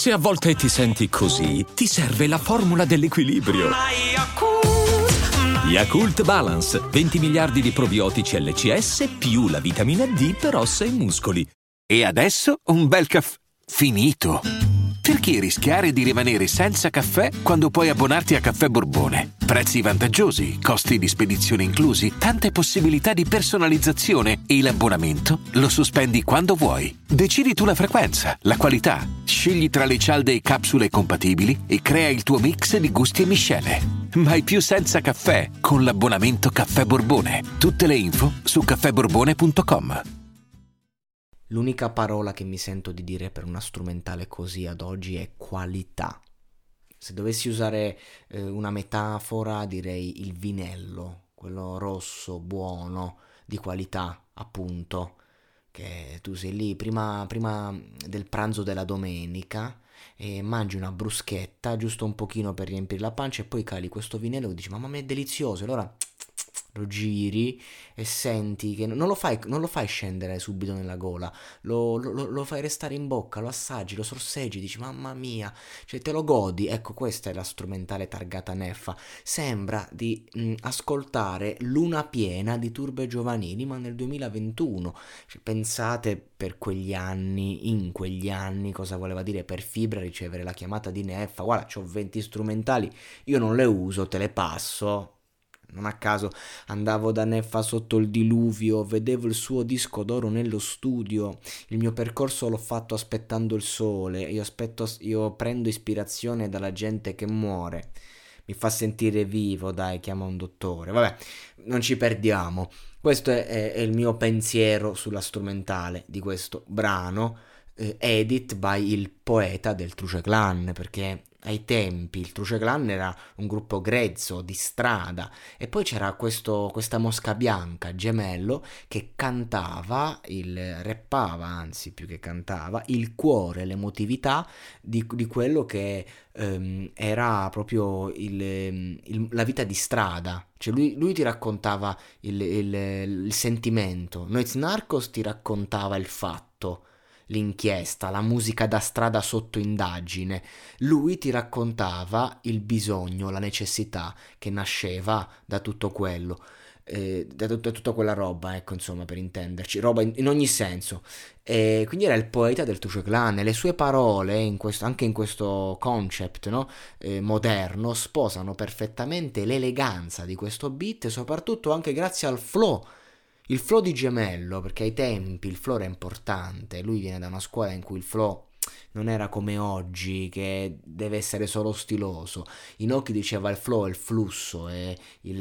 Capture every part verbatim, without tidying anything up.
Se a volte ti senti così, ti serve la formula dell'equilibrio. Yakult Balance, venti miliardi di probiotici L C S più la vitamina D per ossa e muscoli. E adesso un bel caffè finito. Perché rischiare di rimanere senza caffè quando puoi abbonarti a Caffè Borbone? Prezzi vantaggiosi, costi di spedizione inclusi, tante possibilità di personalizzazione e l'abbonamento lo sospendi quando vuoi. Decidi tu la frequenza, la qualità, scegli tra le cialde e capsule compatibili e crea il tuo mix di gusti e miscele. Mai più senza caffè con l'abbonamento Caffè Borbone. Tutte le info su caffè borbone punto com. L'unica parola che mi sento di dire per una strumentale così ad oggi è qualità. Se dovessi usare eh, una metafora, direi il vinello, quello rosso, buono, di qualità, appunto, che tu sei lì prima, prima del pranzo della domenica e mangi una bruschetta, giusto un pochino per riempire la pancia, e poi cali questo vinello e dici mamma mia è delizioso, e allora lo giri e senti che non lo fai, non lo fai scendere subito nella gola, lo, lo, lo fai restare in bocca, lo assaggi, lo sorseggi, dici mamma mia, cioè te lo godi. Ecco, questa è la strumentale targata Neffa. Sembra di mh, ascoltare Luna piena di Turbe Giovanili, ma nel duemilaventuno. Cioè, pensate per quegli anni, in quegli anni, cosa voleva dire per Fibra ricevere la chiamata di Neffa. Guarda, c'ho venti strumentali, io non le uso, te le passo. Non a caso andavo da Neffa sotto il diluvio, vedevo il suo disco d'oro nello studio, il mio percorso l'ho fatto aspettando il sole, io aspetto, io prendo ispirazione dalla gente che muore, mi fa sentire vivo, dai, chiama un dottore, vabbè, non ci perdiamo. Questo è, è, è il mio pensiero sulla strumentale di questo brano, eh, edit by il poeta del Truce Clan, perché ai tempi il Truce Clan era un gruppo grezzo, di strada, e poi c'era questo, questa mosca bianca, Gemello, che cantava, il, rappava anzi più che cantava, il cuore, l'emotività di, di quello che ehm, era proprio il, il, la vita di strada. Cioè lui, lui ti raccontava il, il, il sentimento, Noiz Narcos ti raccontava il fatto, l'inchiesta, la musica da strada sotto indagine. Lui ti raccontava il bisogno, la necessità che nasceva da tutto quello, eh, da, tut- da tutta quella roba, ecco, insomma, per intenderci, roba in, in ogni senso. E quindi era il poeta del Truce Clan, e le sue parole, in questo, anche in questo concept, no, eh, moderno, sposano perfettamente l'eleganza di questo beat, e soprattutto anche grazie al flow. Il flow di Gemello, perché ai tempi il flow era importante, lui viene da una scuola in cui il flow non era come oggi, che deve essere solo stiloso. Inoki diceva il flow è il flusso, è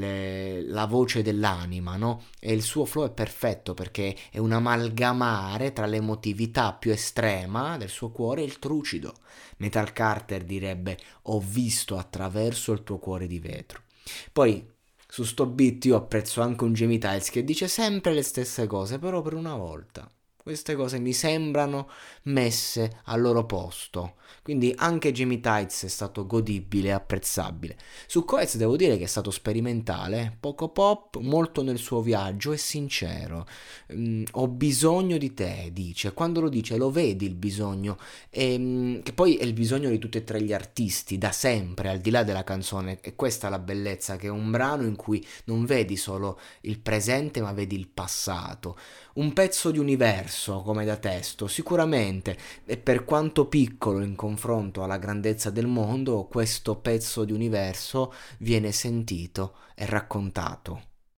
il, la voce dell'anima, no? E il suo flow è perfetto perché è un amalgamare tra l'emotività più estrema del suo cuore e il trucido. Metal Carter direbbe ho visto attraverso il tuo cuore di vetro. Poi su sto beat io apprezzo anche un Jamie Tights che dice sempre le stesse cose, però per una volta queste cose mi sembrano messe al loro posto. Quindi anche Jamie Tights è stato godibile e apprezzabile. Su Coez devo dire che è stato sperimentale, poco pop, molto nel suo viaggio e sincero. Mm, ho bisogno di te, dice. Quando lo dice lo vedi il bisogno, e, mm, che poi è il bisogno di tutti e tre gli artisti, da sempre, al di là della canzone. E questa è la bellezza, che è un brano in cui non vedi solo il presente ma vedi il passato. Un pezzo di universo come da testo, sicuramente, e per quanto piccolo in confronto alla grandezza del mondo, questo pezzo di universo viene sentito e raccontato.